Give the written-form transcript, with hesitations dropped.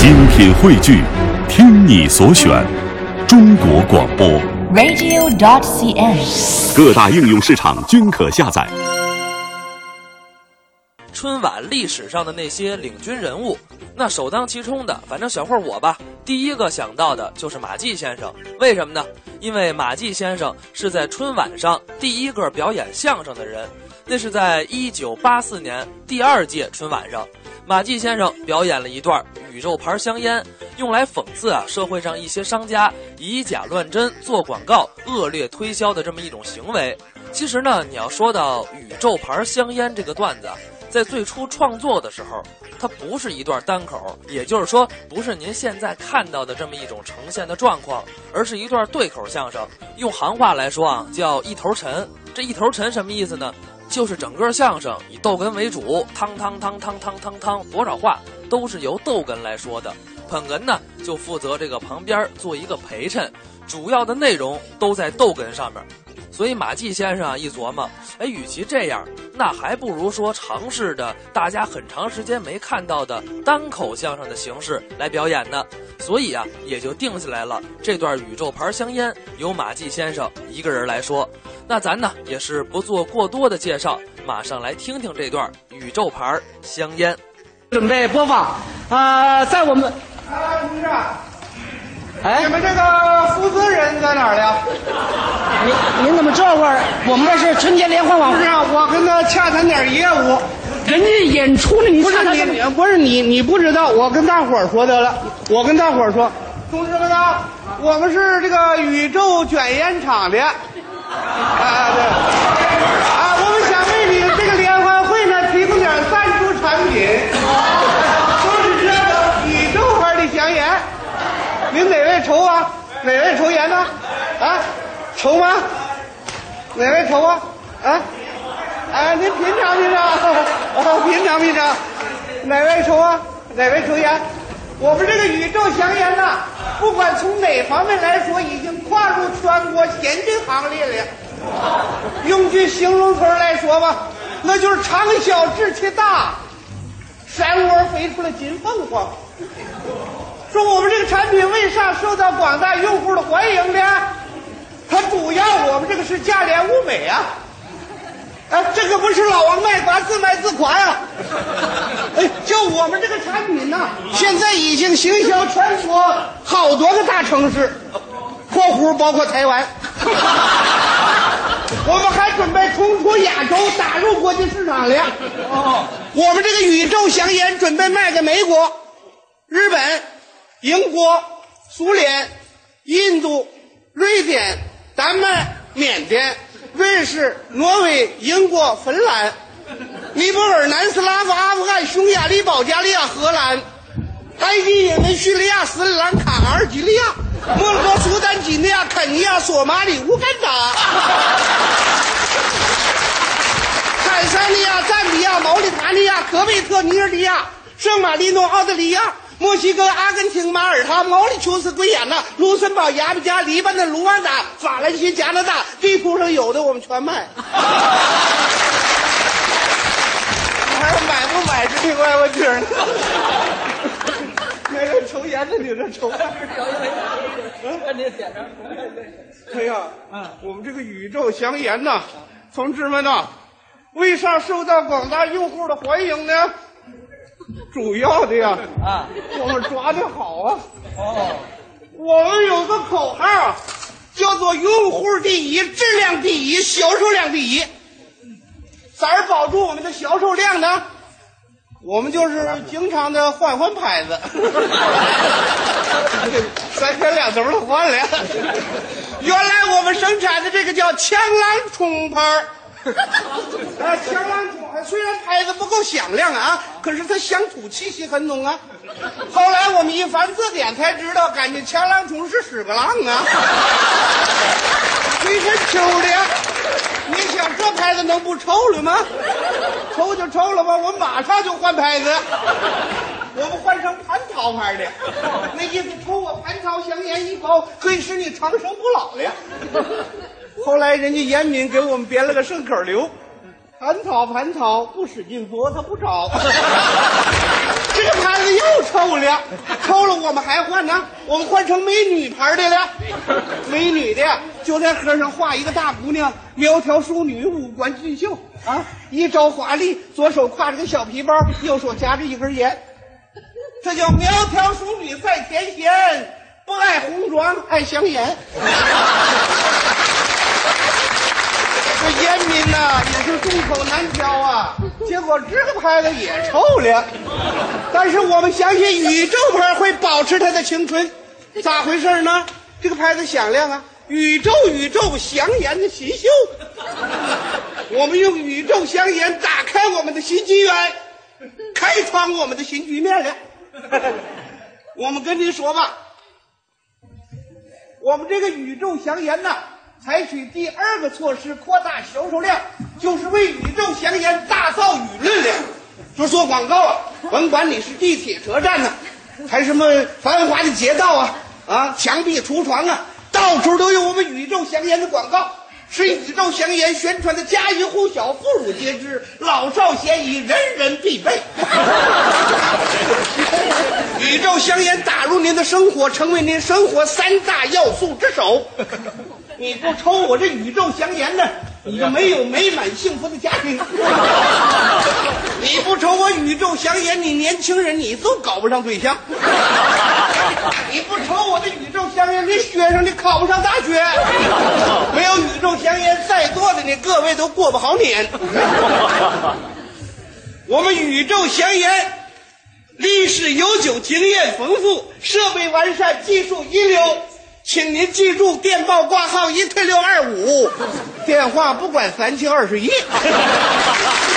精品汇聚，听你所选，中国广播 radio.cn， 各大应用市场均可下载。 春晚历史上的那些领军人物，那首当其冲的，反正小慧我吧，第一个想到的就是马季先生。为什么呢？因为马季先生是在春晚上第一个表演相声的人。那是在1984年第2届春晚上，马季先生表演了一段宇宙牌香烟，用来讽刺社会上一些商家以假乱真做广告、恶劣推销的这么一种行为。其实呢，你要说到宇宙牌香烟这个段子，在最初创作的时候，它不是一段单口，也就是说，不是您现在看到的这么一种呈现的状况，而是一段对口相声。用行话来说叫一头沉。这一头沉什么意思呢？就是整个相声以逗哏为主，汤汤汤汤汤汤汤，多少话都是由逗哏来说的。捧哏呢，就负责这个旁边做一个陪衬，主要的内容都在逗哏上面。所以马季先生一琢磨，与其这样，那还不如说尝试着大家很长时间没看到的单口相声的形式来表演呢。所以也就定下来了这段宇宙牌香烟由马季先生一个人来说。那咱呢也是不做过多的介绍，马上来听听这段宇宙牌香烟。 准备播放在我们同志，你们这个负责人在哪儿了？ 您怎么这会儿？我们这是春节联欢晚会。 我跟他洽谈点业务。 人家演出呢，你不是你不知道，我跟大伙儿说得了。我跟大伙儿说，同志们啊，我们是这个宇宙卷烟厂的。我们想为你这个联欢会呢提供点赞助产品，都是这个宇宙牌的香烟。您哪位抽啊？哪位抽烟呢？抽吗？哪位抽啊？您品尝品尝，品尝品尝。哪位抽啊？哪位抽烟？我们这个宇宙香烟呐，不管从哪方面来说，已经跨入全国先进行列了。用句形容词来说吧，那就是长小志气大，山窝飞出了金凤凰。说我们这个产品为啥受到广大用户的欢迎呢？它主要我们这个是价廉物美啊。这个不是老王卖瓜自卖自夸呀。就我们这个产品呢，现在已经行销全国好多个大城市，括弧包括台湾。我们还准备冲出亚洲，打入国际市场了。我们这个宇宙香烟准备卖给美国、日本、英国、苏联、印度、瑞典、丹麦、缅甸、瑞士、挪威、英国、芬兰、尼泊尔、南斯拉夫、阿富汗、匈牙利、保加利亚、荷兰、埃及、也门、叙利亚、斯里兰卡、阿尔及利亚、摩洛哥、苏丹、几内亚、肯尼亚、索马里、乌干达、坦桑尼亚、赞比亚、毛里塔尼亚、科威特、尼日利亚、圣马力诺、澳大利亚、墨西哥、阿根廷、马耳他、毛里求斯、圭亚那、卢森堡、牙买加、黎巴嫩、卢旺达、法兰西、加拿大，地图上有的我们全卖。还有买不买是另外问题呢。那个抽烟的你这抽。我们这个宇宙香烟呐，同志们呐，为啥受到广大用户的欢迎呢？主要的我们抓得好啊。我们有个口号叫做用户第一，质量第一，销售量第一。咋儿保住我们的销售量呢？我们就是经常的换牌子。3天2头的换了。原来我们生产的这个叫强郎冲牌。强郎冲虽然牌子不够响亮可是它乡土气息很浓啊。后来我们一翻字典才知道，感觉强郎冲是屎个浪随身抽的。你想这牌子能不抽了吗？抽就抽了吧，我马上就换牌子。我们换成蟠桃牌的，那意思抽我蟠桃香烟一包，可以使你长生不老了。后来人家严敏给我们编了个顺口溜：蟠桃不使劲做它不着。这个牌子又抽了，抽了我们还换呢，我们换成美女牌的了。美女的就在盒上画一个大姑娘，苗条淑女，五官俊秀啊，一招华丽，左手挎着个小皮包，右手夹着一根烟。这叫苗条淑女在天仙，不爱红妆爱香烟。这烟民呐也是众口难调啊，结果这个牌子也臭了。但是我们相信宇宙牌会保持它的青春，咋回事呢？这个牌子响亮啊，宇宙香烟的新秀。我们用宇宙香烟打开我们的新纪元，开创我们的新局面了。我们跟您说吧，我们这个宇宙香烟呐，采取第二个措施，扩大销售量，就是为宇宙香烟打造舆论量。就做广告啊，甭管你是地铁车站呢，还是什么繁华的街道啊，墙壁橱窗啊，到处都有我们宇宙香烟的广告，是宇宙香烟宣传的家喻户晓，妇孺皆知，老少咸宜，人人必备。宇宙香烟打入您的生活，成为您生活3大要素之首。你不抽我这宇宙香烟呢，你就没有美满幸福的家庭。你不抽我宇宙香烟，你年轻人你都搞不上对象。你不抽我的宇宙香烟，你学生你考不上大学。没有宇宙香烟，在座的你各位都过不好年。我们宇宙香烟历史悠久，经验丰富，设备完善，技术一流。请您记住电报挂号1退625，电话不管3七21。